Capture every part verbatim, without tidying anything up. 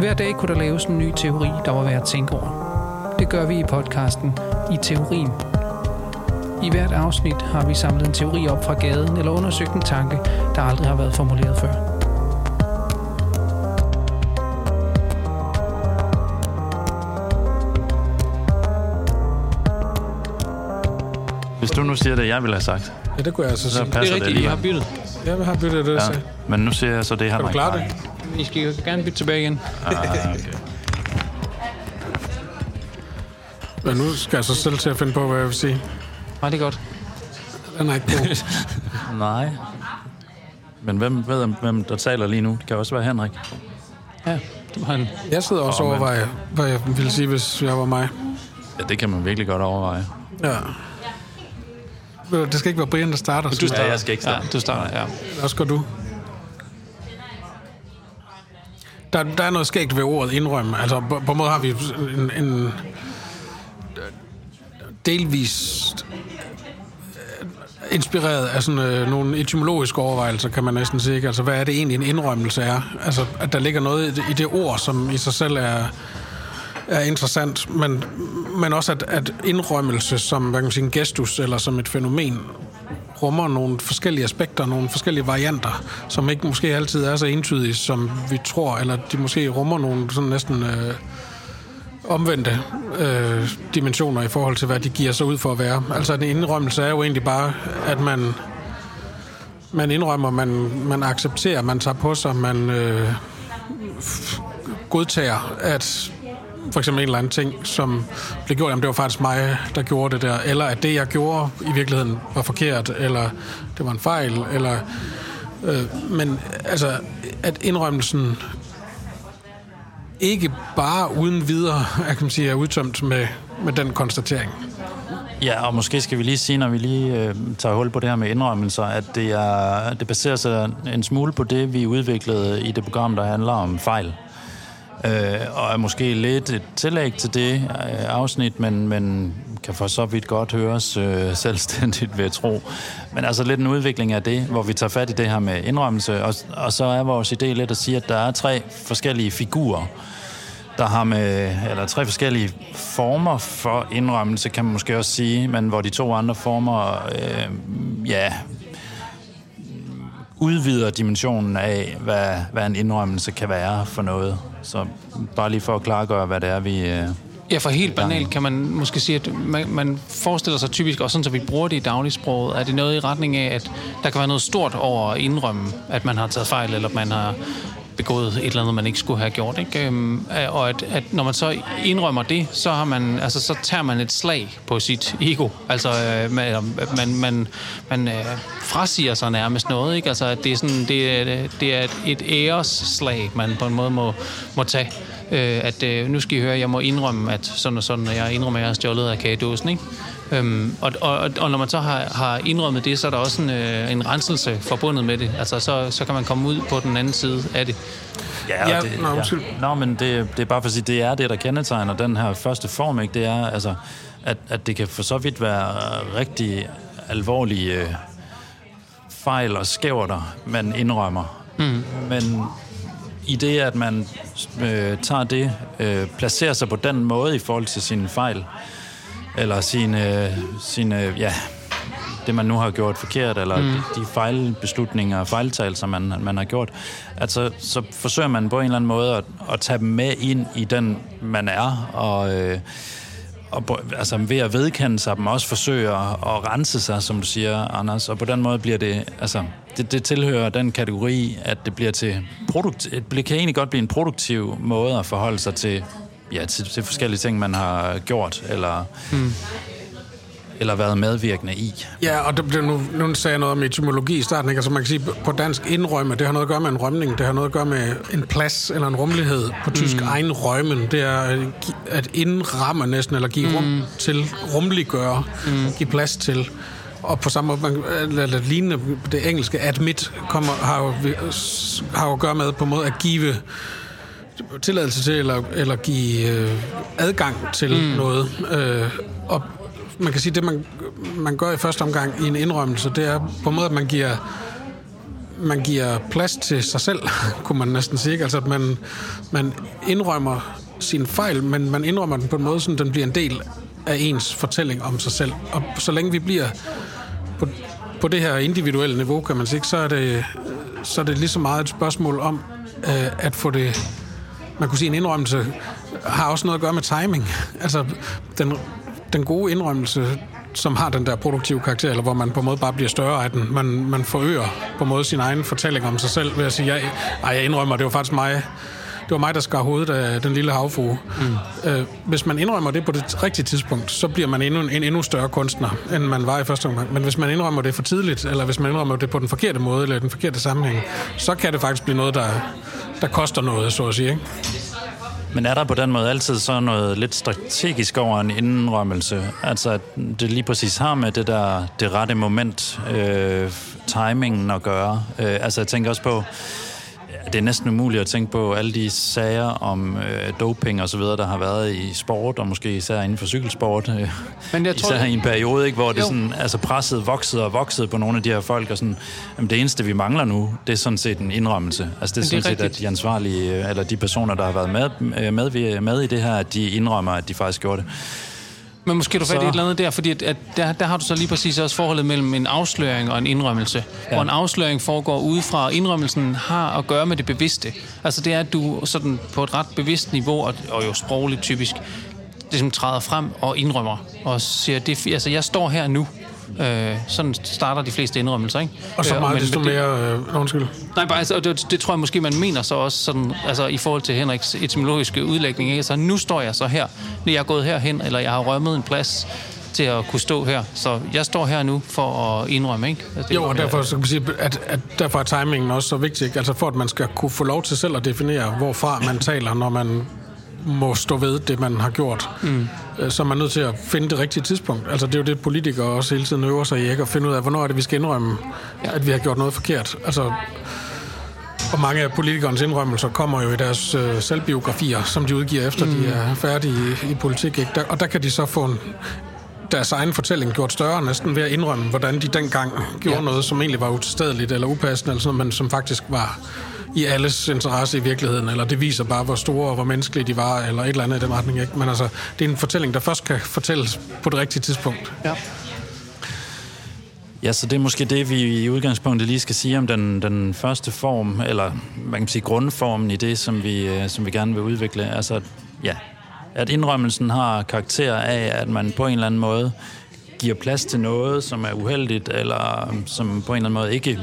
Hver dag kunne der laves en ny teori, der var værd at tænke over. Det gør vi i podcasten I Teorien. I hvert afsnit har vi samlet en teori op fra gaden eller undersøgt en tanke, der aldrig har været formuleret før. Hvis du nu siger det, jeg ville have sagt. Ja, det kunne jeg altså sige. Det er rigtigt, I har byttet. Ja, vi har byttet det, ja. så. Men nu siger jeg så det her. Kan du klare det? I skal jo gerne bytte tilbage igen. Ah, okay. Men nu skal jeg så selv til at finde på, hvad jeg vil sige. Nej, det er godt. Den er ikke god. Nej. Men hvem ved, hvem der taler lige nu? Det kan også være Henrik. Ja, det var han. Jeg sidder også og overvejer, hvad jeg ville sige, hvis jeg var mig. Ja, det kan man virkelig godt overveje. Ja. Det skal ikke være Brian, der starter. Du starter. Ja, jeg skal ikke starte. Ja, du starter, ja. Også gør du. Der, der er noget skægt ved ordet indrømme. Altså, på, på en måde har vi en, en delvist inspireret af sådan øh, nogle etymologiske overvejelser, kan man næsten sige. Altså, hvad er det egentlig en indrømmelse er? Altså, at der ligger noget i det, i det ord, som i sig selv er, er interessant, men, men også at, at indrømmelse som, hvad kan man sige, en gestus eller som et fænomen rummer nogle forskellige aspekter, nogle forskellige varianter, som ikke måske altid er så entydige, som vi tror, eller de måske rummer nogle sådan næsten øh, omvendte øh, dimensioner i forhold til, hvad de giver sig ud for at være. Altså en indrømmelse er jo egentlig bare, at man man indrømmer, man, man accepterer, man tager på sig, man øh, f- godtager, at for eksempel en eller anden ting, som blev gjort, jamen det var faktisk mig, der gjorde det der, eller at det, jeg gjorde, i virkeligheden var forkert, eller det var en fejl, eller øh, men altså, at indrømmelsen ikke bare uden videre, jeg kan sige, er udtømt med, med den konstatering. Ja, og måske skal vi lige sige, når vi lige øh, tager hul på det her med indrømmelser, at det, er, det baserer sig en smule på det, vi udviklede i det program, der handler om fejl. Øh, og er måske lidt et tillæg til det øh, afsnit, men, men kan for så vidt godt høres øh, selvstændigt ved at tro. Men altså lidt en udvikling af det, hvor vi tager fat i det her med indrømmelse, og, og så er vores idé lidt at sige, at der er tre forskellige figurer, der har med, eller tre forskellige former for indrømmelse, kan man måske også sige, men hvor de to andre former, øh, ja, udvider dimensionen af, hvad, hvad en indrømmelse kan være for noget. Så bare lige for at klargøre, hvad det er, vi... Øh, ja, for helt banalt kan man måske sige, at man, man forestiller sig typisk, og sådan så vi bruger det i dagligsproget, at det er noget i retning af, at der kan være noget stort over at indrømme, at man har taget fejl, eller man har begået et eller andet, man ikke skulle have gjort, ikke? Øhm, og at, at når man så indrømmer det, så har man, altså så tager man et slag på sit ego. Altså øh, man man man, man øh, frasiger sig nærmest noget, ikke? Altså at det er sådan det er, det er et, et æresslag, man på en måde må må tage. Øh, at øh, nu skal I høre, jeg må indrømme, at sådan og sådan, og jeg indrømmer, at jeg har stjålet af kagedåsen, ikke? Øhm, og, og, og når man så har, har indrømmet det, så er der også en, øh, en renselse forbundet med det. Altså, så, så kan man komme ud på den anden side af det. Ja, ja, det, nå, ja. Nå, men det, det er bare for at sige, det er det, der kendetegner den her første form, ikke? Det er, altså, at, at det kan for så vidt være rigtig alvorlige øh, fejl og skæverter, man indrømmer. Mm. Men i det, at man øh, tager det, øh, placerer sig på den måde i forhold til sine fejl, eller sine, sine, ja, det man nu har gjort forkert, eller mm. de, de fejlbeslutninger og fejltagelser, man, man har gjort, at så, så forsøger man på en eller anden måde at, at tage dem med ind i den, man er, og, øh, og altså, ved at vedkende sig dem, også forsøge at, at rense sig, som du siger, Anders, og på den måde bliver det, altså, det, det tilhører den kategori, at det bliver til produkt, det kan egentlig godt blive en produktiv måde at forholde sig til, ja, til, til forskellige ting, man har gjort, eller, hmm. eller været medvirkende i. Ja, og det blev nu, nu sagde jeg noget om etymologi i starten, ikke? Altså man kan sige, på dansk indrømme, det har noget at gøre med en rømning, det har noget at gøre med en plads eller en rummelighed. På tysk hmm. einräumen, det er at indramme næsten, eller give rum hmm. til, rummeliggøre, hmm. give plads til. Og på samme måde, eller lignende, det engelske admit, kommer, har, jo, har jo at gøre med på en måde at give tilladelse til, eller, eller give øh, adgang til mm. noget. Øh, og man kan sige, det man, man gør i første omgang i en indrømmelse, det er på en måde, at man giver, man giver plads til sig selv, kunne man næsten sige. Altså, at man, man indrømmer sin fejl, men man indrømmer den på en måde, så den bliver en del af ens fortælling om sig selv. Og så længe vi bliver på, på det her individuelle niveau, kan man sige, så er det, så er det lige så meget et spørgsmål om øh, at få det... Man kunne sige, en indrømmelse har også noget at gøre med timing. Altså, den, den gode indrømmelse, som har den der produktive karakter, eller hvor man på en måde bare bliver større af den. Man, man forøger på en måde sin egen fortælling om sig selv ved at sige, jeg, ej, jeg indrømmer, det var faktisk mig, det var mig, der skar hovedet af den lille havfrue. Mm. Øh, hvis man indrømmer det på det rigtige tidspunkt, så bliver man endnu, en endnu større kunstner, end man var i første omgang. Men hvis man indrømmer det for tidligt, eller hvis man indrømmer det på den forkerte måde, eller den forkerte sammenhæng, så kan det faktisk blive noget, der, der koster noget, så at sige, ikke? Men er der på den måde altid så noget lidt strategisk over en indrømmelse? Altså, at det lige præcis har med det der, det rette moment, øh, timingen at gøre. Øh, altså, jeg tænker også på, det er næsten umuligt at tænke på alle de sager om øh, doping og så videre, der har været i sport, og måske især inden for cykelsport. Øh, Men jeg tror, især i en periode, ikke, hvor det sådan, altså presset voksede og voksede på nogle af de her folk, og sådan, jamen, det eneste, vi mangler nu, det er sådan set en indrømmelse. Altså, det er, det er sådan set, at de ansvarlige, eller de personer, der har været med, med, med i det her, at de indrømmer, at de faktisk gjorde det. Men måske du fat i et eller andet der, fordi at, at der, der har du så lige præcis også forholdet mellem en afsløring og en indrømmelse. Ja. Hvor en afsløring foregår udefra, og indrømmelsen har at gøre med det bevidste. Altså det er, at du sådan på et ret bevidst niveau, og, og jo sprogligt typisk, ligesom træder frem og indrømmer, og siger, det, altså jeg står her nu. Øh, sådan starter de fleste indrømmelser, ikke? Og så meget desto mere... Øh, undskyld. Nej, bare, altså, det, det tror jeg måske, man mener så også sådan, altså i forhold til Henriks etymologiske udlægning, ikke? Så nu står jeg så her, når jeg er gået herhen, eller jeg har rømmet en plads til at kunne stå her. Så jeg står her nu for at indrømme, ikke? Altså, det, jo, og derfor, så kan man sige, at, at derfor er timingen også så vigtig, ikke? Altså for at man skal kunne få lov til selv at definere, hvorfra man taler, når man må stå ved det, man har gjort. Mm. Så er man nødt til at finde det rigtige tidspunkt. Altså det er jo det, politikere også hele tiden øver sig i, ikke? At finde ud af, hvornår er det, vi skal indrømme, at vi har gjort noget forkert. Altså, og mange af politikernes indrømmelser kommer jo i deres øh, selvbiografier, som de udgiver efter, mm. de er færdige i, i politik, ikke? Der, og der kan de så få en, deres egen fortælling gjort større, næsten ved at indrømme, hvordan de dengang gjorde ja. noget, som egentlig var utilstedeligt eller upassende, eller sådan noget, men som faktisk var i alles interesse i virkeligheden, eller det viser bare, hvor store og hvor menneskelige de var, eller et eller andet i den retning, ikke? Men altså, det er en fortælling, der først kan fortælles på det rigtige tidspunkt. Ja. Ja, så det er måske det, vi i udgangspunktet lige skal sige om den, den første form, eller man kan sige grundformen i det, som vi, som vi gerne vil udvikle. Altså, ja, at indrømmelsen har karakter af, at man på en eller anden måde giver plads til noget, som er uheldigt, eller som på en eller anden måde ikke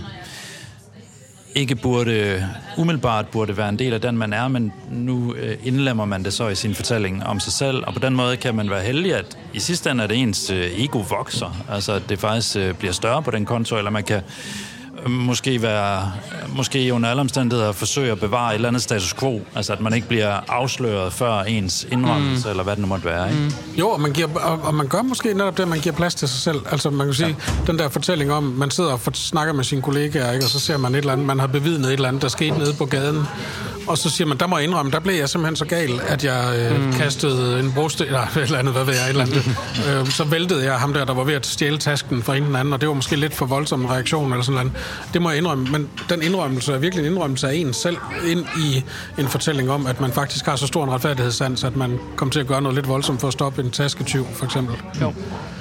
ikke burde, umiddelbart burde være en del af den, man er, men nu øh, indlemmer man det så i sin fortælling om sig selv, og på den måde kan man være heldig, at i sidste ende, at ens øh, ego vokser, altså at det faktisk øh, bliver større på den konto, eller man kan øh, måske være, måske under alle omstændigheder forsøge at bevare et eller andet status quo, altså at man ikke bliver afsløret før ens indrømmelse, mm. eller hvad det nu måtte være, ikke? Mm. Jo, og man, giver, og, og man gør måske netop det, at man giver plads til sig selv. Altså man kan sige, ja. den der fortælling om, man sidder og snakker med sine kollegaer, ikke? Og så ser man et eller andet, man har bevidnet et eller andet, der skete nede på gaden, og så siger man, der må jeg indrømme, der blev jeg simpelthen så gal, at jeg øh, mm. kastede en brosten, eller et eller andet, hvad ved jeg, et eller andet. øh, så væltede jeg ham der, der var ved at stjæle tasken fra en den anden, og det var måske lidt for voldsom en reaktion, eller sådan noget. Det må jeg indrømme, men den indrømmelse er virkelig en indrømmelse af en selv, ind i en fortælling om, at man faktisk har så stor en retfærdighedssans, at man kommer til at gøre noget lidt voldsomt for at stoppe en tasketyv, for eksempel. Jo.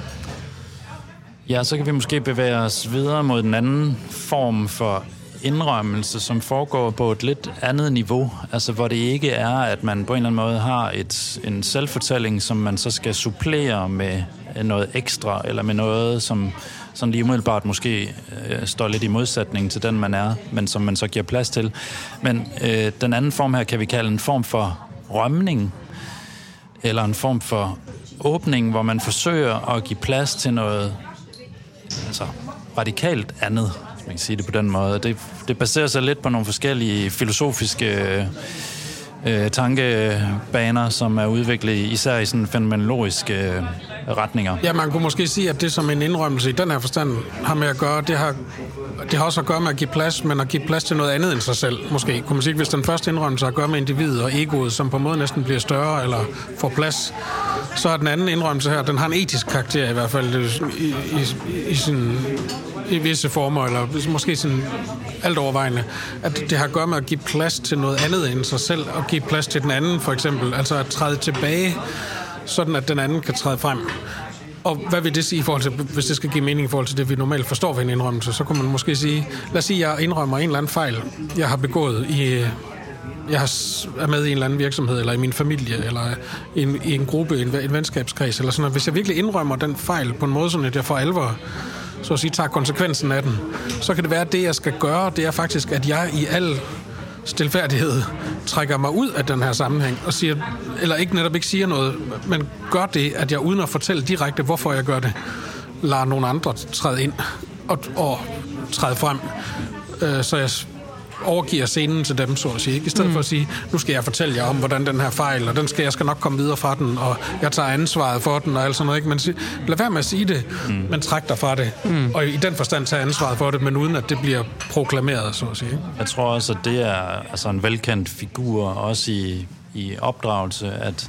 Ja, så kan vi måske bevæge os videre mod den anden form for indrømmelse, som foregår på et lidt andet niveau, altså hvor det ikke er, at man på en eller anden måde har et, en selvfortælling, som man så skal supplere med noget ekstra, eller med noget, som sådan lige umiddelbart måske øh, står lidt i modsætning til den, man er, men som man så giver plads til. Men øh, den anden form her kan vi kalde en form for rømning, eller en form for åbning, hvor man forsøger at give plads til noget altså radikalt andet, hvis man kan sige det på den måde. Det, det baserer sig lidt på nogle forskellige filosofiske øh, tankebaner, som er udviklet især i sådan fænomenologiske øh, retninger. Ja, man kunne måske sige, at det som en indrømmelse i den her forstand har med at gøre, det har, det har også at gøre med at give plads, men at give plads til noget andet end sig selv, måske. Kunne man sige, hvis den første indrømmelse har at gøre med individet og egoet, som på en måde næsten bliver større eller får plads, så er den anden indrømmelse her, den har en etisk karakter i hvert fald i, i, i, sin, i visse former, eller måske sådan alt overvejende, at det har at gøre med at give plads til noget andet end sig selv, og give plads til den anden, for eksempel. Altså at træde tilbage, sådan at den anden kan træde frem. Og hvad vil det sige i forhold til, hvis det skal give mening i forhold til det, vi normalt forstår ved en indrømmelse, så kunne man måske sige, lad os sige, at jeg indrømmer en eller anden fejl, jeg har begået i... Jeg er med i en eller anden virksomhed, eller i min familie, eller i en, i en gruppe, en, en venskabskreds, eller sådan noget. Hvis jeg virkelig indrømmer den fejl på en måde, sådan at jeg for alvor, så at sige, tager konsekvensen af den, så kan det være, at det, jeg skal gøre, det er faktisk, at jeg i al stilfærdighed trækker mig ud af den her sammenhæng, og siger, eller ikke netop ikke siger noget, men gør det, at jeg uden at fortælle direkte, hvorfor jeg gør det, lader nogle andre træde ind og, og træde frem, øh, så jeg overgiver scenen til dem, så at sige. Ikke? I stedet mm. for at sige, nu skal jeg fortælle jer om, hvordan den her fejl, og den skal, jeg skal nok komme videre fra den, og jeg tager ansvaret for den, og alt sådan noget. Ikke? Men lad være med at sige det, mm. men træk dig fra det. Mm. Og i den forstand tage ansvaret for det, men uden at det bliver proklameret, så at sige. Ikke? Jeg tror også, at det er altså en velkendt figur, også i, i opdragelse, at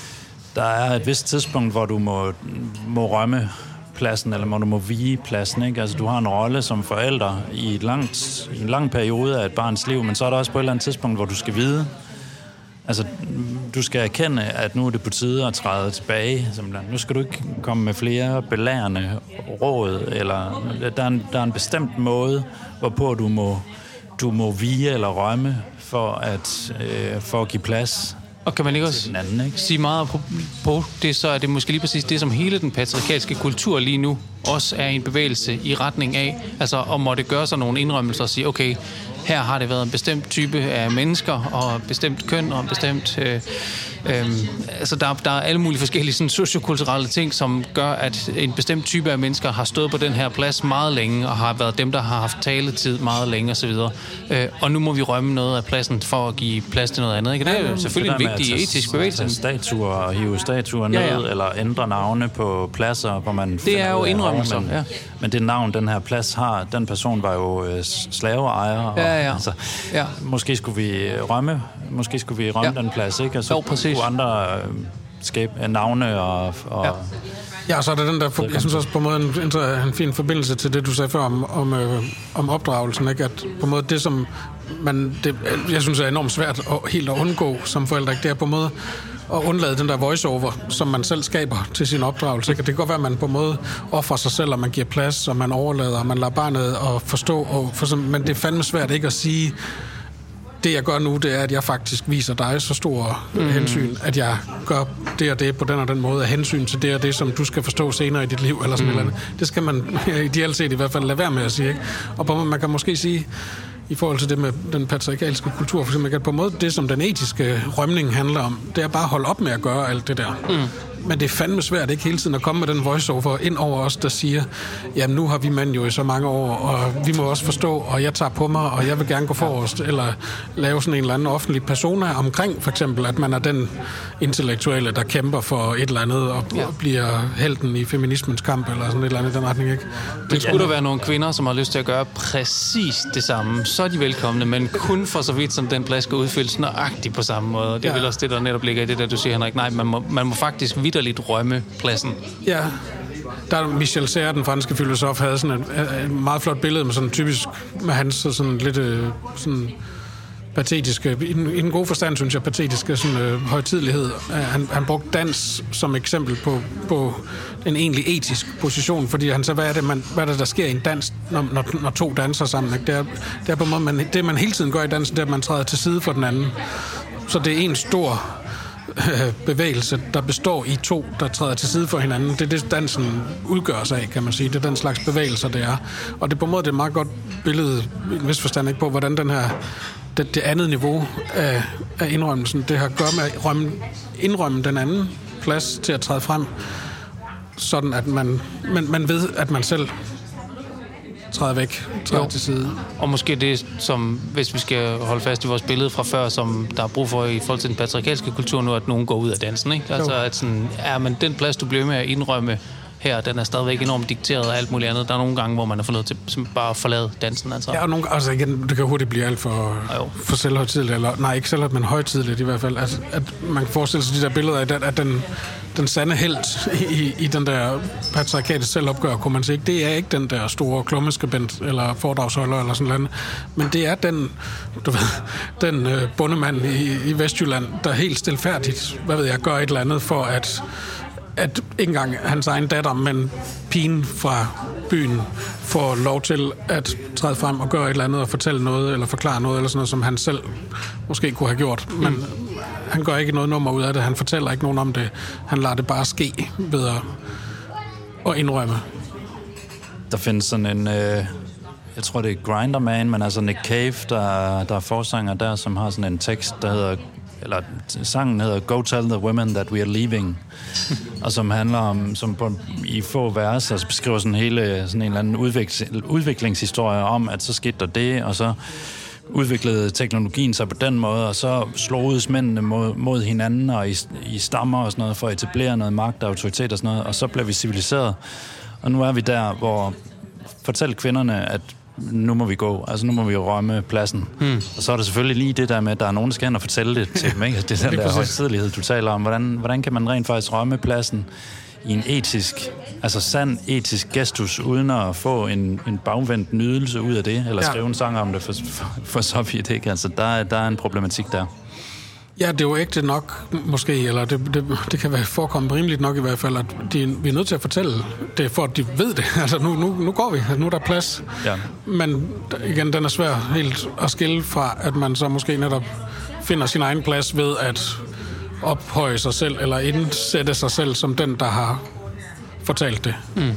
der er et vist tidspunkt, hvor du må, må rømme pladsen, eller må du må vige pladsen, ikke? Altså, du har en rolle som forælder i, et langt, i en lang periode af et barns liv, men så er der også på et eller andet tidspunkt, hvor du skal vide, altså, du skal erkende, at nu er det på tide at træde tilbage, simpelthen. Nu skal du ikke komme med flere belærende råd, eller der er en, der er en bestemt måde, hvorpå du må, du må vige eller rømme, for at, øh, for at give plads. Og kan man ikke også anden, ikke? sige meget på, på det, så er det måske lige præcis det, som hele den patriarkalske kultur lige nu også er en bevægelse i retning af. Altså, og må det gøre sig nogle indrømmelser og sige, okay, her har det været en bestemt type af mennesker, og bestemt køn, og bestemt... Øh, øh, altså, der, der er alle mulige forskellige sådan, sociokulturelle ting, som gør, at en bestemt type af mennesker har stået på den her plads meget længe, og har været dem, der har haft taletid meget længe, osv. Øh, og nu må vi rømme noget af pladsen for at give plads til noget andet. Ikke? Det er jo selvfølgelig en vigtig tage, etisk bevægelse. Tage statuer og hive statuer ned, ja, ja. Eller ændre navne på pladser, hvor man... Det er jo indrømmelser, men, ja. Men det navn, den her plads har, den person var jo øh, slaveejer. Og, ja, ja. Altså, ja. Måske skulle vi rømme, måske skulle vi rømme ja. den plads, ikke? Og så jo, præcis. kunne andre øh, skab, navne og... og ja. Ja, så er det den der, jeg synes også på en måde en, en, en fin forbindelse til det, du sagde før om, om, øh, om opdragelsen, ikke? At på en måde det, som man, det, jeg synes er enormt svært at, helt at undgå som forældre, ikke? Det er på en måde at undlade den der voice-over, som man selv skaber til sin opdragelse, ikke? Og det kan godt være, at man på en måde offrer sig selv, og man giver plads, og man overlader, og man lader barnet at forstå, og for, men det er fandme svært ikke at sige, det jeg gør nu, det er, at jeg faktisk viser dig så stor mm. hensyn, at jeg gør det og det på den og den måde af hensyn til det og det, som du skal forstå senere i dit liv, eller sådan mm. eller andet. Det skal man ideelt set i hvert fald lade være med at sige, ikke? Og på, man kan måske sige, i forhold til det med den patriarkalske kultur, for eksempel, at på en måde det, som den etiske rømning handler om, det er bare at holde op med at gøre alt det der. Mm. Men det er fandme svært ikke hele tiden at komme med den voice-over ind over os, der siger, jamen nu har vi mænd jo i så mange år, og vi må også forstå, og jeg tager på mig, og jeg vil gerne gå forrest, eller lave sådan en eller anden offentlig persona omkring, for eksempel, at man er den intellektuelle, der kæmper for et eller andet, og ja. bliver helten i feminismens kamp, eller sådan et eller andet i den retning, ikke? Det skulle der være nogle kvinder, som har lyst til at gøre præcis det samme, så er de velkomne, men kun for så vidt, som den plads skal udfyldes nøjagtigt på samme måde. Det er ja. vel også det, der netop ligger i det, der du siger, Henrik. Nej, man må, man må faktisk vitterligt rømme pladsen. Ja, der Michel Serre, den franske filosof, havde sådan et, et meget flot billede med sådan typisk, med hans sådan lidt sådan patetiske, i den, i den gode forstand, synes jeg, patetiske sådan, øh, højtidelighed. Han, han brugte dans som eksempel på, på en egentlig etisk position, fordi han sagde, hvad er det, man, hvad er det der sker i en dans, når, når, når to danser sammen? Ikke? Det, er, det er på en måde, man, det man hele tiden gør i dansen, det er, at man træder til side for den anden. Så det er en stor bevægelse, der består i to, der træder til side for hinanden. Det er det, dansen udgør sig af, kan man sige. Det er den slags bevægelser, det er. Og det er på en måde det er et meget godt billede, i en vis forstand, ikke, på, hvordan den her, det, det andet niveau af, af indrømmelsen, det har at gøre med at rømme, indrømme den anden plads til at træde frem, sådan at man, man, man ved, at man selv træder væk, træder jo. til side. Og måske det, som, hvis vi skal holde fast i vores billede fra før, som der er brug for i forhold til den patriarkalske kultur nu, at nogen går ud af dansen, ikke? Altså, at sådan, ja, men den plads, du bliver med at indrømme, her, den er stadigvæk enormt dikteret af alt muligt andet. Der er nogle gange, hvor man er fundet til bare at forlade dansen. Altså. Ja, og nogle, altså igen, det kan hurtigt blive alt for, for selvhøjtidligt, eller nej, ikke selvhøjtidligt, men højtidligt i hvert fald. Altså, at man kan forestille sig de der billeder af, at, at den, den sande helt i, i den der patriarkatets selvopgør, kunne man sige, det er ikke den der store klummeskribent eller foredragsholder eller sådan noget, men det er den, du ved, den øh, bondemand i, i Vestjylland, der helt stilfærdigt, hvad ved jeg, gør et eller andet for at at ikke engang hans egen datter, men pigen fra byen får lov til at træde frem og gøre et eller andet og fortælle noget, eller forklare noget, eller sådan noget, som han selv måske kunne have gjort. Men mm. han gør ikke noget nummer ud af det. Han fortæller ikke nogen om det. Han lader det bare ske ved at, at indrømme. Der findes sådan en... Øh Jeg tror, det er Grindr Man, men altså Nick Cave, der, der er forsanger der, som har sådan en tekst, der hedder, eller sangen hedder Go Tell the Women That We Are Leaving, og som handler om, som på, i få vers, altså beskriver sådan hele, sådan en eller anden udvikling, udviklingshistorie om, at så skete der det, og så udviklede teknologien sig på den måde, og så sloges mændene mod, mod hinanden, og i, i stammer og sådan noget, for at etablere noget magt og autoritet og sådan noget, og så blev vi civiliseret. Og nu er vi der, hvor fortæl kvinderne, at nu må vi gå, altså nu må vi rømme pladsen. Hmm. Og så er der selvfølgelig lige det der med, at der er nogen, der skal hen og fortælle det til dem, ikke? Det er den der højtidelighed, du taler om. Hvordan, hvordan kan man rent faktisk rømme pladsen i en etisk, altså sand etisk gestus, uden at få en, en bagvendt nydelse ud af det, eller skrive ja. en sang om det for, for, for så vidt, ikke? Altså der, der er en problematik der. Ja, det er jo ægte nok, måske, eller det, det, det kan være forekommet rimeligt nok i hvert fald, at de, vi er nødt til at fortælle det, for at de ved det. Altså, nu, nu, nu går vi, altså, nu er der plads. Ja. Men igen, den er svær helt at skille fra, at man så måske netop finder sin egen plads ved at ophøje sig selv, eller indsætte sig selv som den, der har fortalt det. Mm.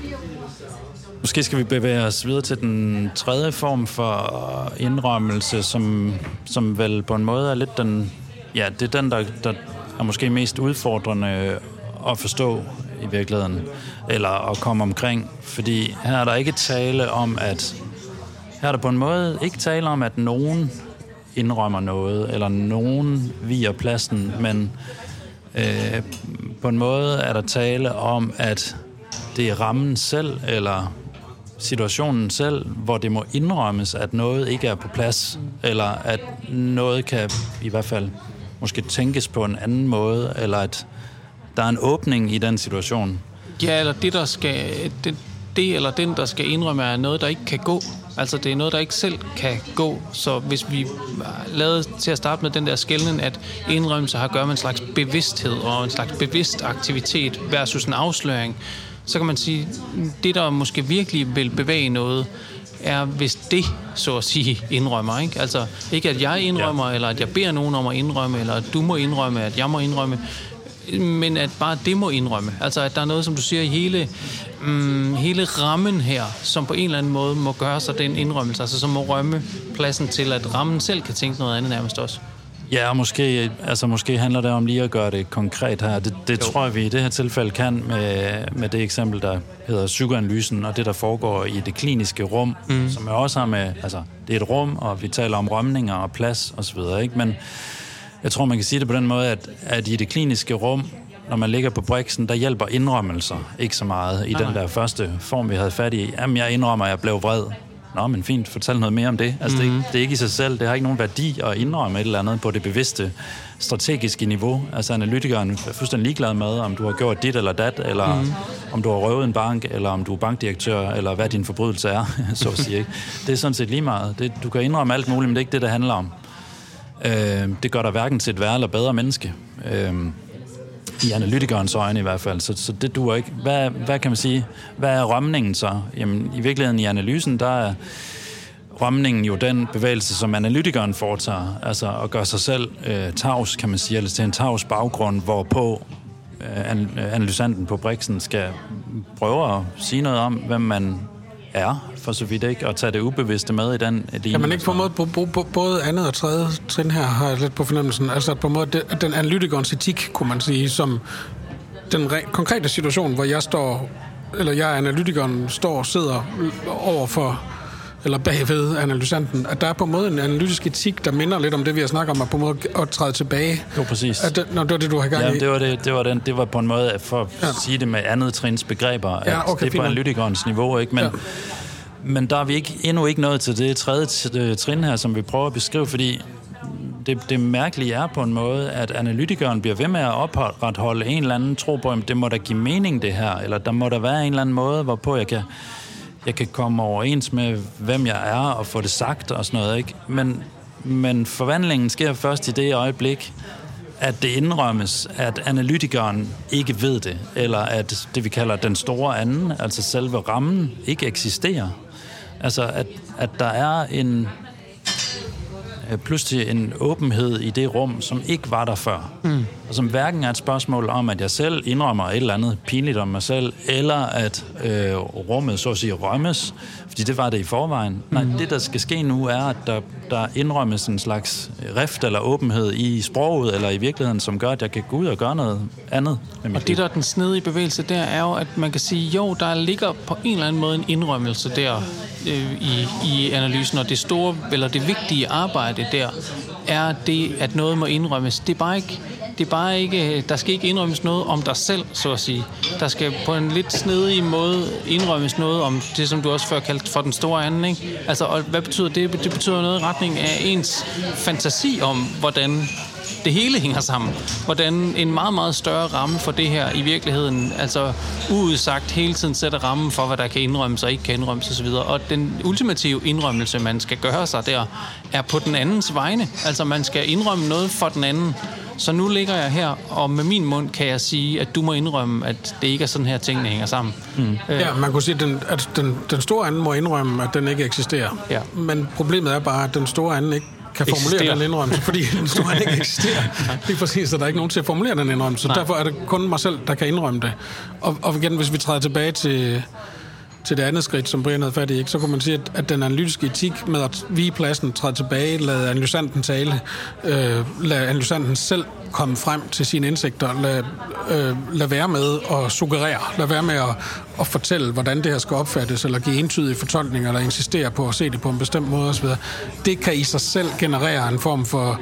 Måske skal vi bevæge os videre til den tredje form for indrømmelse, som, som vel på en måde er lidt den... Ja, det er den, der, der er måske mest udfordrende at forstå i virkeligheden, eller at komme omkring. Fordi her er der ikke tale om, at... Her er der på en måde ikke tale om, at nogen indrømmer noget, eller nogen viger pladsen, men øh, på en måde er der tale om, at det er rammen selv, eller situationen selv, hvor det må indrømmes, at noget ikke er på plads, eller at noget kan i hvert fald måske tænkes på en anden måde, eller at der er en åbning i den situation. Ja, eller det, der skal, det, det eller den, der skal indrømme, er noget, der ikke kan gå. Altså, det er noget, der ikke selv kan gå. Så hvis vi lavede til at starte med den der skelnen, at indrømmelse har at gøre med en slags bevidsthed og en slags bevidst aktivitet versus en afsløring, så kan man sige, det, der måske virkelig vil bevæge noget, er, hvis det, så at sige, indrømmer. Ikke? Altså, ikke at jeg indrømmer, ja. eller at jeg beder nogen om at indrømme, eller at du må indrømme, at jeg må indrømme, men at bare det må indrømme. Altså, at der er noget, som du siger, i hele, mm, hele rammen her, som på en eller anden måde må gøre sig den indrømmelse, altså som må rømme pladsen til, at rammen selv kan tænke noget andet nærmest også. Ja, og måske, altså måske handler det om lige at gøre det konkret her. Det, det tror jeg, vi i det her tilfælde kan med, med det eksempel, der hedder psykoanalysen, og det, der foregår i det kliniske rum, mm. som jeg også har med, altså det er et rum, og vi taler om rømninger og plads osv., ikke? Men jeg tror, man kan sige det på den måde, at, at i det kliniske rum, når man ligger på briksen, der hjælper indrømmelser ikke så meget i Nej. den der første form, vi havde fat i. Jamen, jeg indrømmer, at jeg blev vred. Nå, men fint, fortæl noget mere om det. Altså, mm-hmm. det, det er ikke i sig selv. Det har ikke nogen værdi at indrømme et eller andet på det bevidste, strategiske niveau. Altså, analytikeren er fuldstændig ligeglad med, om du har gjort dit eller dat, eller mm-hmm. om du har røvet en bank, eller om du er bankdirektør, eller hvad din forbrydelse er, så at sige. Ikke? Det er sådan set lige meget. Det, du kan indrømme alt muligt, men det er ikke det, det handler om. Øh, det gør dig hverken til et værre eller bedre menneske. Øh, I analytikernes øjne i hvert fald. Så, så det duer ikke. Hvad, hvad kan man sige? Hvad er rømningen så? Jamen, i virkeligheden i analysen, der er rømningen jo den bevægelse, som analytikeren foretager. Altså at gøre sig selv øh, tavs, kan man sige, eller til en tavs baggrund, hvorpå øh, analysanten på briksen skal prøve at sige noget om, hvem man er, for så vidt ikke, og tage det ubevidste med i den... Kan man ikke på en måde, bo, bo, bo, både andet og tredje trin her, har jeg lidt på fornemmelsen, altså på en måde, det, den analytikernes etik, kunne man sige, som den re- konkrete situation, hvor jeg står, eller jeg analytikeren står og sidder over for eller bagved analysanten, at der er på en måde en analytisk etik, der minder lidt om det, vi har snakket om, at på en måde at træde tilbage. Jo, præcis. At det, når det var det, du har gang i. Ja, det var, det, det, var den, det var på en måde, for at ja. sige det med andet trins begreber, at ja, okay, det er på analytikernes niveau, ikke? Men, ja. men der er vi ikke, endnu ikke nået til det tredje trin her, som vi prøver at beskrive, fordi det, det mærkelige er på en måde, at analytikeren bliver ved med at opretholde en eller anden tro på, at det må da give mening det her, eller der må der være en eller anden måde, hvorpå jeg kan, jeg kan komme overens med, hvem jeg er, og få det sagt og sådan noget, ikke? Men, men forvandlingen sker først i det øjeblik, at det indrømmes, at analytikeren ikke ved det, eller at det, vi kalder den store anden, altså selve rammen, ikke eksisterer. Altså, at, at der er en pludselig en åbenhed i det rum, som ikke var der før. Mm. Og som hverken er et spørgsmål om, at jeg selv indrømmer et eller andet pinligt om mig selv, eller at øh, rummet så at sige rømmes, fordi det var det i forvejen. Mm. Nej, det der skal ske nu er, at der, der indrømmes en slags rift eller åbenhed i sproget, eller i virkeligheden, som gør, at jeg kan gå ud og gøre noget andet. Og det der den snedige bevægelse der, er jo, at man kan sige, jo, der ligger på en eller anden måde en indrømmelse der øh, i, i analysen, og det store, eller det vigtige arbejde der, er det, at noget må indrømmes. Det er bare ikke, det er bare ikke, der skal ikke indrømmes noget om dig selv, så at sige. Der skal på en lidt snedig måde indrømmes noget om det, som du også før kaldte for den store anden, ikke? Altså, og hvad betyder det? Det betyder noget i retning af ens fantasi om, hvordan det hele hænger sammen. Hvordan en meget, meget større ramme for det her i virkeligheden, altså uudsagt hele tiden sætter rammen for, hvad der kan indrømmes og ikke kan indrømmes osv. Og den ultimative indrømmelse, man skal gøre sig der, er på den andens vegne. Altså man skal indrømme noget for den anden. Så nu ligger jeg her, og med min mund kan jeg sige, at du må indrømme, at det ikke er sådan her, tingene hænger sammen. Mm. Øh. Ja, man kunne sige, at, den, at den, den store anden må indrømme, at den ikke eksisterer. Ja. Men problemet er bare, at den store anden ikke kan formulere eksisterer. Den indrømmelse, fordi den store anden ikke eksisterer. Lige præcis, så der er ikke nogen til at formulere den indrømmelse. Så derfor er det kun mig selv, der kan indrømme det. Og, og igen, hvis vi træder tilbage til... til det andet skridt, som Brian havde fat i, ikke? Så kunne man sige, at, at den analytiske etik med at vige pladsen, træde tilbage, lade analysanten tale, øh, lade analysanten selv komme frem til sine indsigter, lade, øh, lade være med at suggerere, lade være med at, at fortælle, hvordan det her skal opfattes, eller give entydige fortolkninger, eller insistere på at se det på en bestemt måde osv. Det kan i sig selv generere en form for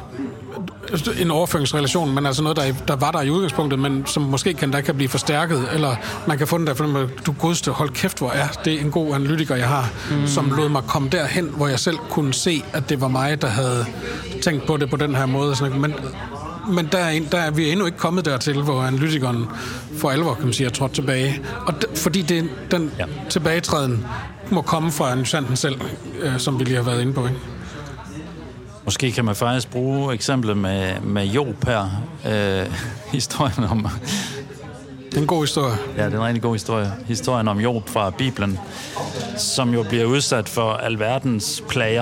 en overføringsrelation, men altså noget, der, der var der i udgangspunktet, men som måske kan, der kan blive forstærket, eller man kan få den der, for du godste, hold kæft, hvor er det en god analytiker, jeg har, mm. som lod mig komme derhen, hvor jeg selv kunne se, at det var mig, der havde tænkt på det på den her måde. Men, men der, er, der er vi endnu ikke kommet dertil, hvor analytikeren for alvor, kan man sige, er trådt tilbage. Og d- fordi det, den ja. tilbagetræden må komme fra analysanten selv, øh, som vi lige har været inde på, ikke? Måske kan man faktisk bruge eksemplet med, med Job her. Øh, historien om... Det er en god historie. Ja, det er en rigtig god historie. Historien om Job fra Bibelen, som jo bliver udsat for alverdens plager.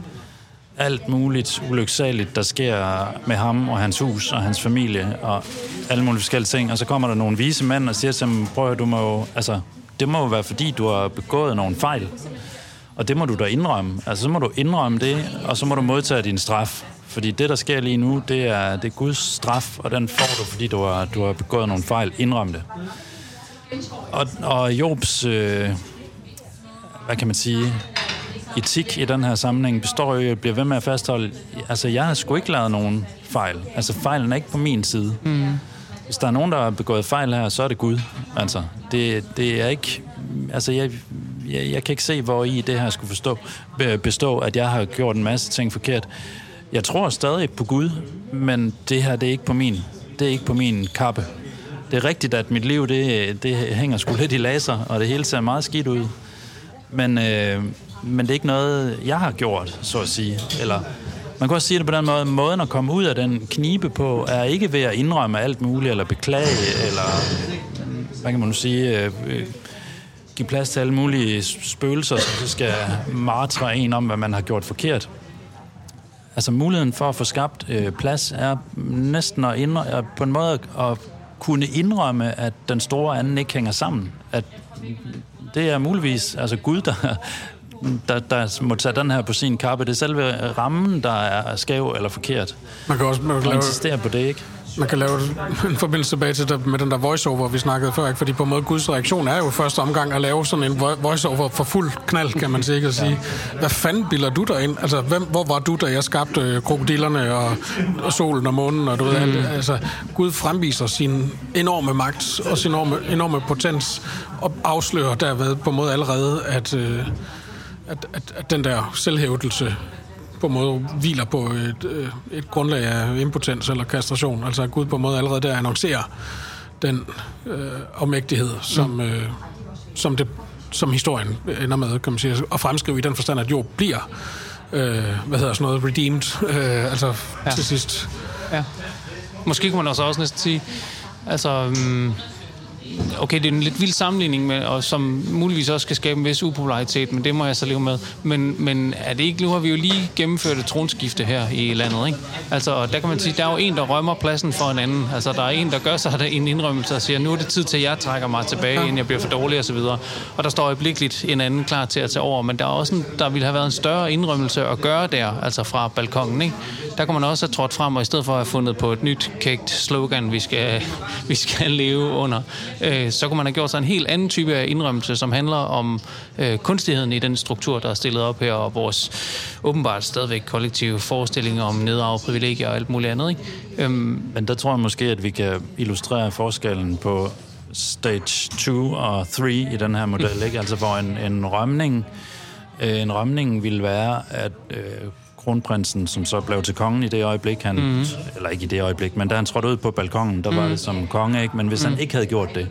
Alt muligt ulyksaligt, der sker med ham og hans hus og hans familie og alle mulige forskellige ting. Og så kommer der nogle vise mænd og siger til ham, prøv at du må jo... Altså, det må jo være, fordi du har begået nogle fejl. Og det må du da indrømme. Altså, så må du indrømme det, og så må du modtage din straf. Fordi det, der sker lige nu, det er, det er Guds straf, og den får du, fordi du har, du har begået nogle fejl. Indrøm det. Og, og Jobs, øh, hvad kan man sige, etik i den her sammenhæng består jo, at bliver ved med at fastholde, altså, jeg har sgu ikke lavet nogen fejl. Altså, fejlen er ikke på min side. Mm. Hvis der er nogen, der har begået fejl her, så er det Gud. Altså, det, det er ikke... Altså, jeg... Jeg, jeg kan ikke se, hvor i det her skulle forstå, bestå, at jeg har gjort en masse ting forkert. Jeg tror stadig på Gud, men det her, det er ikke på min, det er ikke på min kappe. Det er rigtigt, at mit liv, det, det hænger sgu lidt i laser, og det hele ser meget skidt ud. Men, øh, men det er ikke noget, jeg har gjort, så at sige. Eller, man kan også sige det på den måde, måden at komme ud af den knibe på, er ikke ved at indrømme alt muligt, eller beklage, eller, hvad kan man nu sige... Øh, give plads til alle mulige spøgelser, som så skal martre en om, hvad man har gjort forkert. Altså muligheden for at få skabt øh, plads er næsten at indrømme, på en måde at kunne indrømme, at den store anden ikke hænger sammen. At det er muligvis altså Gud, der, der, der må tage den her på sin kappe. Det er selve rammen, der er skæv eller forkert. Man kan også man kan insistere på det, ikke? man kan lave en forbindelse tilbage til der, med den der voiceover, vi snakkede før, ikke? Fordi på en måde Guds reaktion er jo første omgang at lave sådan en voiceover for fuld knald, kan man sikkert sige. Hvad fanden bilder du dig ind? Altså, hvem, hvor var du, da jeg skabte krokodillerne og, og solen og månen og du ved alt det? Altså, Gud fremviser sin enorme magt og sin enorme, enorme potens og afslører derved på en måde allerede, at, at, at, at den der selvhævdelse på en måde hviler på et, et grundlag af impotens eller kastration. Altså at Gud på en måde allerede der annoncerer den øh, afmægtighed, som, mm. øh, som, det, som historien ender med, kan man sige, at fremskrive i den forstand, at Job bliver, øh, hvad hedder sådan noget, redeemed, øh, altså ja. til sidst. Ja. Måske kunne man også, også næsten sige, altså... Um okay, det er en lidt vild sammenligning, med, og som muligvis også kan skabe en vis upopularitet, men det må jeg så leve med. Men, men er det ikke, nu har vi jo lige gennemført et tronskifte her i landet, ikke? Altså, og der kan man sige, der er jo en, der rømmer pladsen for en anden. Altså, der er en, der gør sig en indrømmelse og siger, nu er det tid til, at jeg trækker mig tilbage, inden jeg bliver for dårlig og så videre. Og der står øjeblikkeligt en anden klar til at tage over, men der er også en, der ville have været en større indrømmelse at gøre der, altså fra balkongen, ikke? Der kan man også have trådt frem, og i stedet for at have fundet på et nyt kægt slogan, vi skal, vi skal leve under, øh, så kunne man have gjort sig en helt anden type af indrømmelse, som handler om øh, kunstigheden i den struktur, der er stillet op her, og vores åbenbart stadigvæk kollektive forestillinger om nedarve privilegier og alt muligt andet, ikke? Øhm, Men der tror jeg måske, at vi kan illustrere forskellen på stage to og tre i den her model, ikke? Altså hvor en, en rømning øh, en rømning ville være, at øh, kronprinsen, som så blev til kongen i det øjeblik, han, mm-hmm. eller ikke i det øjeblik, men da han trådte ud på balkongen, der mm. var det som konge, ikke? Men hvis mm. han ikke havde gjort det,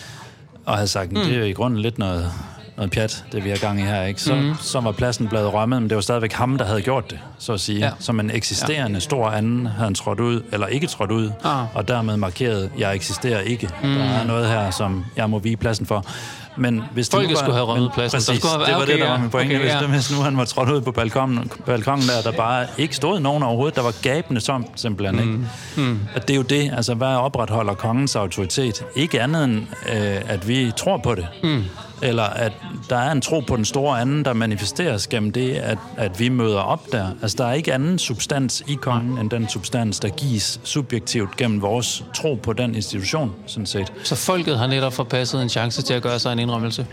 og havde sagt, mm. det er jo i grunden lidt noget, noget pjat, det vi har gang i her, ikke? Så, mm. så var pladsen blevet rømmet, men det var stadigvæk ham, der havde gjort det, så at sige. Ja. Som en eksisterende ja. stor anden havde han trådt ud, eller ikke trådt ud, ah. og dermed markeret, jeg eksisterer ikke. Mm. Der er noget her, som jeg må vige pladsen for. Men hvis Folket var, skulle have rømmet pladsen. Præcis, skulle have, det var okay, det, der var min pointe. Okay, ja. Hvis nu han var trådt ud på balkongen, balkongen der, der bare ikke stod nogen overhovedet, der var gabende som simpelthen, ikke? Mm. Mm. At det er jo det, altså hvad opretholder kongens autoritet? Ikke andet end, øh, at vi tror på det. Mm. Eller at der er en tro på den store anden, der manifesteres gennem det, at, at vi møder op der. Altså, der er ikke anden substans i kongen, end den substans, der gives subjektivt gennem vores tro på den institution, sådan set. Så folket har netop forpasset en chance til at gøre sig en indrømmelse?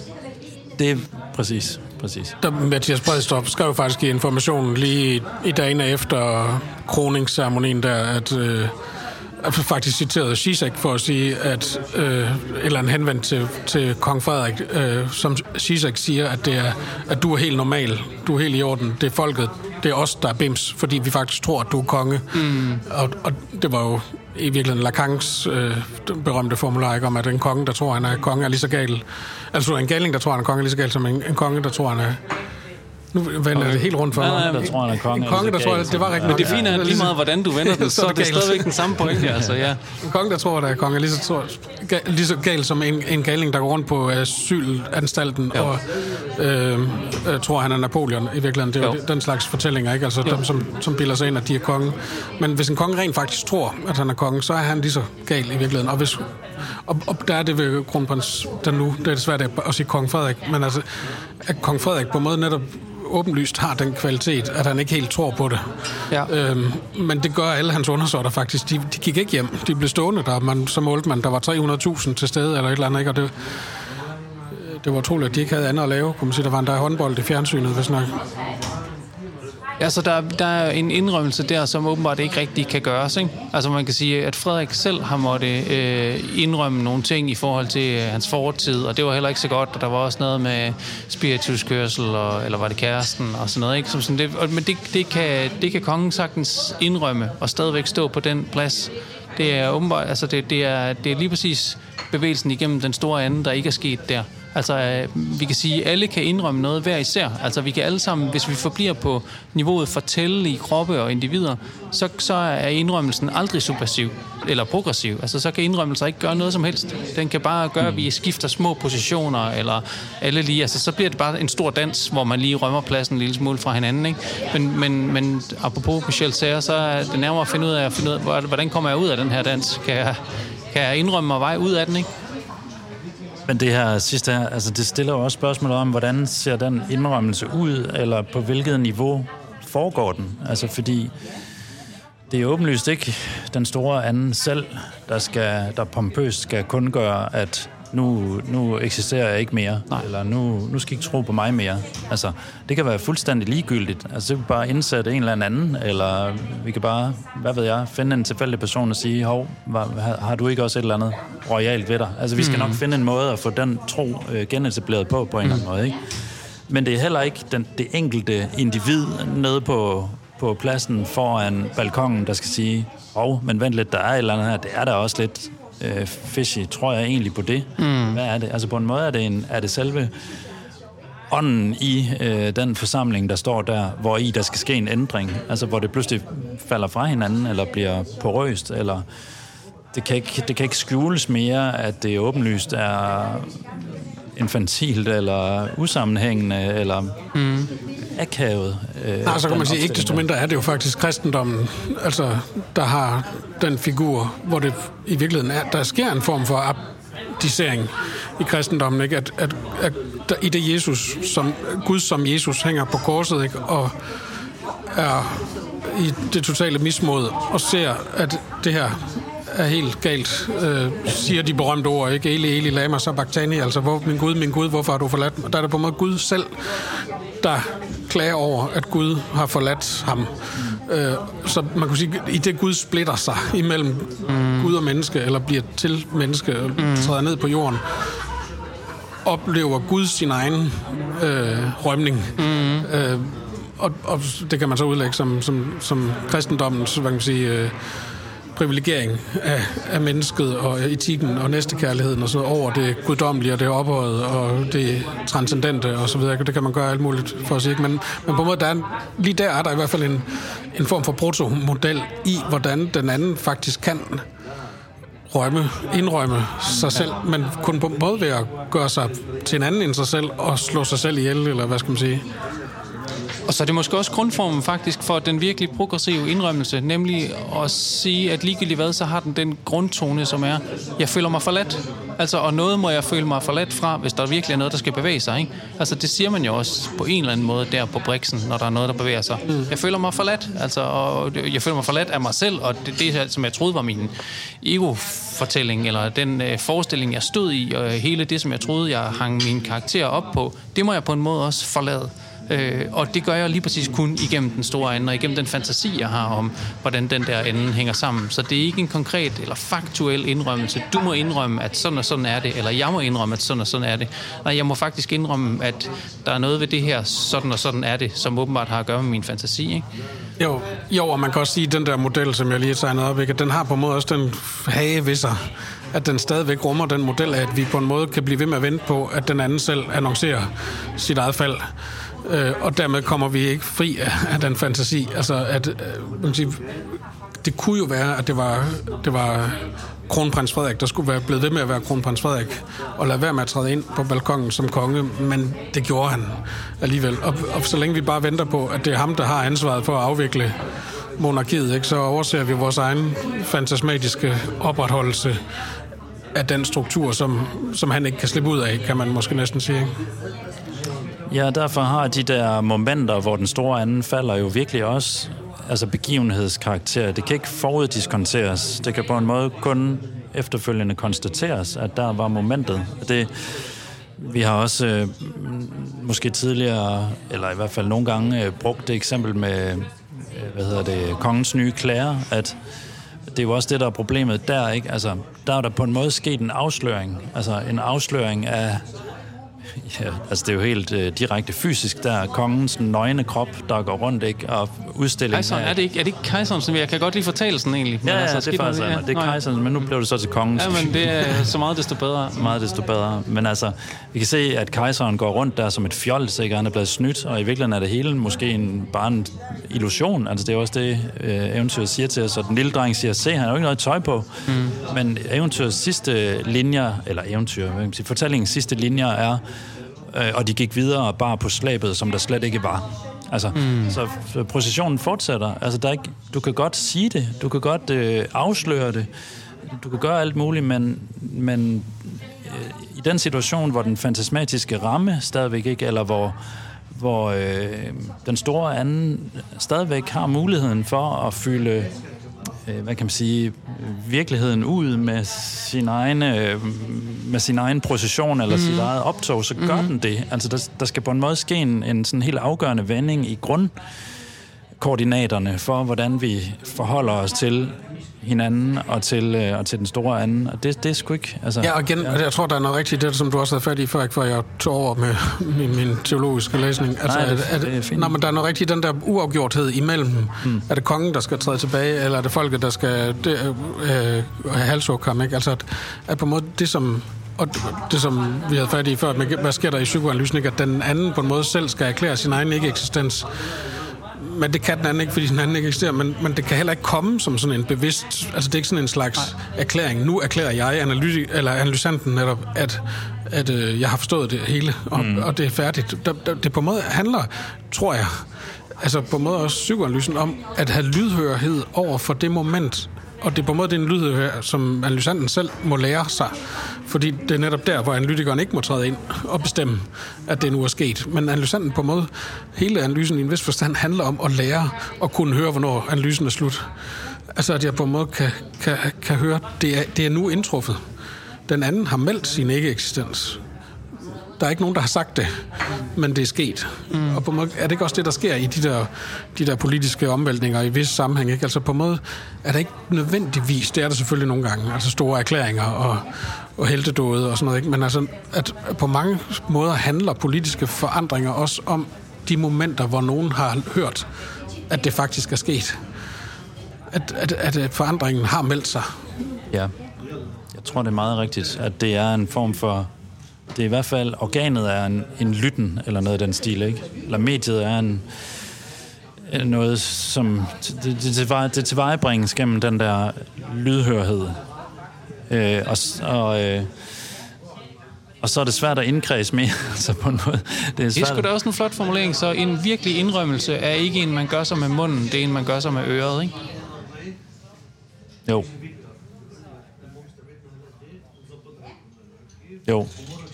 Det er præcis, præcis. Der, Mathias Bredstrup skrev faktisk i Informationen lige i dagene efter kroningsceremonien der, at... Øh, Jeg har faktisk citeret Zizek for at sige, at øh, eller en henvendt til, til kong Frederik, øh, som Zizek siger, at, det er, at du er helt normal, du er helt i orden, det er folket, det er os, der er bims, fordi vi faktisk tror, at du er konge. Mm. Og, og det var jo i virkeligheden Lacans øh, berømte formular, ikke, om at en konge, der tror, han er konge, er lige så gal. Altså en galning, der tror, han er konge, er lige så gal som en, en konge, der tror, han er... Nu vender okay. det helt rundt for mig. Nej, nej, der tror han er konge. En konge, der tror, det var rigtig. Men det fine er lige meget, hvordan du vender den, så er det stadigvæk den samme pointe, altså, ja. En konge, der tror, der er konge, er lige så, lige så gal som en, en galning, der går rundt på asylanstalten jo. og øh, øh, tror, han er Napoleon i virkeligheden. Det er jo den slags fortællinger, ikke? Altså jo. dem, som, som bilder sig ind, at de er konge. Men hvis en konge rent faktisk tror, at han er konge, så er han lige så gal i virkeligheden. Og, hvis, og, og der er det ved kronprins, der nu, det er det svært at sige kong Frederik, men altså, at kong Frederik på en måde netop åbenlyst har den kvalitet, at han ikke helt tror på det. Ja. Øhm, men det gør alle hans undersåtter faktisk. De, de gik ikke hjem. De blev stående der. Man, så målte man, der var tre hundrede tusind til stede, eller et eller andet, ikke? Og det, det var utroligt, at de ikke havde andet at lave. Kunne man sige, der var en der håndbold i fjernsynet, hvis nok. Ja, så der, der er en indrømmelse der, som åbenbart ikke rigtig kan gøres, ikke? Altså man kan sige, at Frederik selv har måttet øh, indrømme nogle ting i forhold til øh, hans fortid, og det var heller ikke så godt, og der var også noget med spirituskørsel, og, eller var det kæresten, og sådan noget, ikke? Som sådan, det, men det, det, kan, det kan kongen sagtens indrømme, og stadigvæk stå på den plads. Det er åbenbart, altså det, det, er, det er lige præcis bevægelsen igennem den store anden, der ikke er sket der. Altså, vi kan sige, at alle kan indrømme noget hver især. Altså, vi kan alle sammen, hvis vi forbliver på niveauet fortællelige kroppe og individer, så, så er indrømmelsen aldrig subversiv eller progressiv. Altså, så kan indrømmelser ikke gøre noget som helst. Den kan bare gøre, at vi skifter små positioner, eller alle lige. Altså, så bliver det bare en stor dans, hvor man lige rømmer pladsen en lille smule fra hinanden, ikke? Men, men, men apropos Michel Serre, så er det nærmere at finde ud af, at finde ud af, hvordan kommer jeg ud af den her dans? Kan jeg, kan jeg indrømme mig vej ud af den, ikke? Men det her sidste her, altså det stiller jo også spørgsmål om, hvordan ser den indrømmelse ud, eller på hvilket niveau foregår den? Altså fordi Det er åbenlyst ikke den store anden selv, der, skal, der pompøst skal kundgøre, at nu, nu eksisterer jeg ikke mere, Nej. eller nu, nu skal I ikke tro på mig mere. Altså, det kan være fuldstændig ligegyldigt. Altså, det kan bare indsætte en eller anden, eller vi kan bare, hvad ved jeg, finde en tilfældig person og sige, hov, har, har du ikke også et eller andet royalt ved dig? Altså, vi skal mm. nok finde en måde at få den tro øh, genetableret på, på en mm. eller anden måde, ikke? Men det er heller ikke den, det enkelte individ nede på, på pladsen foran balkongen, der skal sige, hov, men vent lidt, der er et eller andet her, det er der også lidt øh, fishy, tror jeg egentlig på det. Mm. Hvad er det? Altså på en måde er det, en, er det selve ånden i øh, den forsamling, der står der, hvor i der skal ske en ændring, altså hvor det pludselig falder fra hinanden, eller bliver porøst, eller det kan ikke, det kan ikke skjules mere, at det åbenlyst er infantilt, eller usammenhængende, eller mm. akavet. Øh, Nej, så kan man sige, ikke desto mindre er det jo faktisk kristendommen, altså, der har den figur, hvor det i virkeligheden er, der sker en form for abdicering i kristendommen, ikke? At, at, at der, i det Jesus, som, Gud som Jesus hænger på korset, ikke? Og er i det totale mismod, og ser, at det her er helt galt, øh, siger de berømte ord, ikke? Eli, Eli, lama sabachthani, altså, hvor, min Gud, min Gud, hvorfor har du forladt mig? Der er det på en måde Gud selv, der klager over, at Gud har forladt ham. Øh, så man kunne sige, i det Gud splitter sig imellem mm. Gud og menneske, eller bliver til menneske, og mm. træder ned på jorden, oplever Gud sin egen øh, rømning. Mm. Øh, og, og det kan man så udlægge som, som, som kristendommens, hvad kan man sige, øh, privilegering af, af mennesket og etikken og næstekærligheden og sådan noget over det guddommelige og det ophøjet og det transcendente og så videre. Det kan man gøre alt muligt for at sige. Men, men på en måde, der er, lige der er der i hvert fald en, en form for protomodel i, hvordan den anden faktisk kan rømme, indrømme sig selv, men kun på både ved at gøre sig til en anden end sig selv og slå sig selv ihjel, eller hvad skal man sige. Og så er det måske også grundformen faktisk for den virkelig progressive indrømmelse, nemlig at sige, at ligegyldigt hvad, så har den den grundtone, som er, jeg føler mig forladt. Altså, og noget må jeg føle mig forladt fra, hvis der virkelig er noget, der skal bevæge sig, ikke? Altså, det siger man jo også på en eller anden måde der på Brixen, når der er noget, der bevæger sig. Mm. Jeg føler mig forladt, altså, og jeg føler mig forladt af mig selv, og det, det som jeg troede var min ego-fortælling, eller den øh, forestilling, jeg stod i, og hele det, som jeg troede, jeg hang min karakter op på, det må jeg på en måde også forlade. Øh, og det gør jeg lige præcis kun igennem den store ende, og igennem den fantasi, jeg har om, hvordan den der ende hænger sammen. Så det er ikke en konkret eller faktuel indrømmelse. Du må indrømme, at sådan og sådan er det, eller jeg må indrømme, at sådan og sådan er det. Nej, jeg må faktisk indrømme, at der er noget ved det her, sådan og sådan er det, som åbenbart har at gøre med min fantasi, ikke? Jo, jo, og man kan også sige, at den der model, som jeg lige har tegnet op, ikke, at den har på en måde også den hage ved sig, at den stadigvæk rummer den model af, at vi på en måde kan blive ved med at vente på, at den anden selv annoncerer sit eget fald. Øh, og dermed kommer vi ikke fri af, af den fantasi. Altså, at, øh, man kan sige, det kunne jo være, at det var, det var kronprins Frederik, der skulle være blevet ved med at være kronprins Frederik, og lade være med at træde ind på balkongen som konge, men det gjorde han alligevel. Og, og så længe vi bare venter på, at det er ham, der har ansvaret for at afvikle monarkiet, ikke, så overser vi vores egen fantasmatiske opretholdelse af den struktur, som, som han ikke kan slippe ud af, kan man måske næsten sige, ikke? Ja, derfor har de der momenter, hvor den store anden falder, jo virkelig også altså begivenhedskarakter. Det kan ikke foruddiskonteres. Det kan på en måde kun efterfølgende konstateres, at der var momentet. Det, vi har også øh, måske tidligere, eller i hvert fald nogle gange, øh, brugt det eksempel med, øh, hvad hedder det, kongens nye klæder, at det er jo også det, der er problemet der, ikke? Altså, der er der på en måde sket en afsløring. Altså en afsløring af ja, altså det er jo helt øh, direkte fysisk, der er kongens nøgne krop, der går rundt, ikke, og udstillingen kejseren, er det ikke, er det ikke kejseren, som jeg kan godt lige fortælle sådan egentlig? Ja, ja, altså, det er faktisk ja. Det er kejseren, men nu blev det så til kongens. Ja, men det er så meget desto bedre. Meget desto bedre. Men altså, vi kan se, at kejseren går rundt der som et fjols, ikke? Han er blevet snydt, og i virkeligheden er det hele måske en, bare en illusion. Altså det er også det, øh, eventyret siger til os, og den lille dreng siger, se, han har jo ikke noget tøj på. Mm. Men eventyrets sidste linjer, eller eventyr, hvad kan man sige, fortællingens sidste linjer er, og de gik videre bare på slæbet, som der slet ikke var. Altså, mm. så processionen fortsætter. Altså, der er ikke, du kan godt sige det, du kan godt øh, afsløre det, du kan gøre alt muligt, men, men øh, i den situation, hvor den fantasmatiske ramme stadigvæk ikke, eller hvor, hvor øh, den store anden stadigvæk har muligheden for at fylde hvad kan man sige, virkeligheden ud med sin egen, med sin egen procession eller mm. sit eget optog, så gør mm. den det. Altså, der, der skal på en måde ske en, en sådan helt afgørende vending i grundkoordinaterne for, hvordan vi forholder os til hinanden og til, og til den store anden. Og det, det er sgu ikke... Altså, ja, og igen, ja. jeg tror, der er noget rigtigt det, som du også havde fat i før, før jeg tog over med min, min teologiske læsning. Altså, nej, det, at, det er fint. Nå, men der er noget rigtigt den der uafgjorthed imellem. Hmm. Er det kongen, der skal træde tilbage, eller er det folket, der skal det, øh, halshugge ham, ikke? Altså, at, at på en måde det, som... Og det, som vi havde fat i før, med, hvad sker der i psykoanalysen, ikke? At den anden på en måde selv skal erklære sin egen ikke-eksistens. Men det kan den anden ikke, fordi den anden ikke eksisterer, men, men det kan heller ikke komme som sådan en bevidst... Altså, det er ikke sådan en slags Nej. erklæring. Nu erklærer jeg, analytik, eller analysanten netop, at, at øh, jeg har forstået det hele, og, mm. og det er færdigt. Der, der, det på en måde handler, tror jeg, altså på en måde også psykoanalysen om, at have lydhørhed over for det moment. Og det er på en måde den lydhørhed, som analysanten selv må lære sig. Fordi det er netop der, hvor analytikeren ikke må træde ind og bestemme, at det nu er sket. Men analysanten på en måde, hele analysen i en vis forstand, handler om at lære at kunne høre, hvornår analysen er slut. Altså, at jeg på en måde kan, kan, kan høre, det er, det er nu indtruffet. Den anden har meldt sin ikke-eksistens. Der er ikke nogen, der har sagt det, men det er sket. Mm. Og på en måde er det ikke også det, der sker i de der, de der politiske omvæltninger i visse sammenhæng, ikke? Altså på en måde er det ikke nødvendigvis, det er der selvfølgelig nogle gange, altså store erklæringer og, og heltedåde og sådan noget, ikke? Men altså, at på mange måder handler politiske forandringer også om de momenter, hvor nogen har hørt, at det faktisk er sket. At, at, at forandringen har meldt sig. Ja, jeg tror, det er meget rigtigt, at det er en form for... Det er i hvert fald, organet er en, en lytten, eller noget af den stil, ikke? Eller mediet er en, noget, som det, det, det, det tilvejebringes gennem den der lydhørhed. Øh, og, og, øh, og så er det svært at indkredse mere, så på en måde. Det er, det er sgu da også en flot formulering, så en virkelig indrømmelse er ikke en, man gør sig med munden, det er en, man gør sig med øret, ikke? Jo. Jo.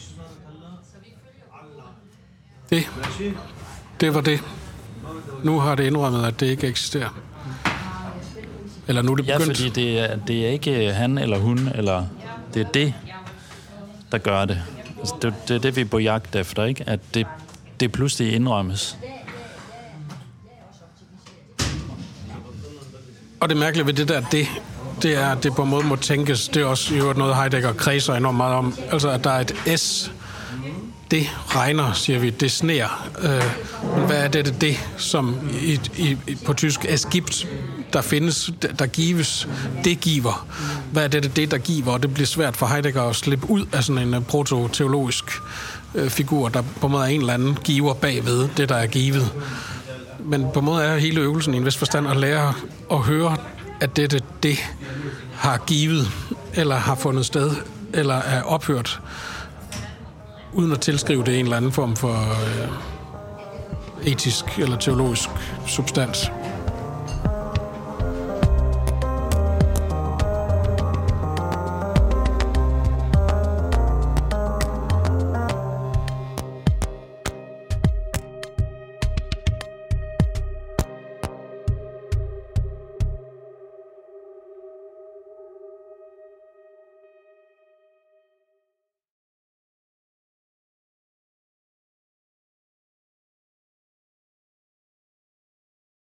Det, det var det. Nu har det indrømmet, at det ikke eksisterer. Eller nu er det begyndt. Ja, fordi det er, det er ikke han eller hun, eller det er det, der gør det. Altså, det, det er det, vi er på jagt efter, ikke? At det, det pludselig indrømmes. Og det mærkelige ved det der, det, det er, at det på en måde må tænkes. Det er også jo noget, Heidegger kredser enormt meget om. Altså, at der er et S. Det regner, siger vi. Det sner. Øh, men hvad er det, det som i, i, på tysk es gibt, der findes, der gives, det giver. Hvad er det, det der giver? Og det bliver svært for Heidegger at slippe ud af sådan en proto-teologisk øh, figur, der på en måde er en eller anden giver bagved det, der er givet. Men på en måde er hele øvelsen i en vis forstand at lære at høre, at dette det har givet, eller har fundet sted, eller er ophørt, uden at tilskrive det en eller anden form for øh, etisk eller teologisk substans.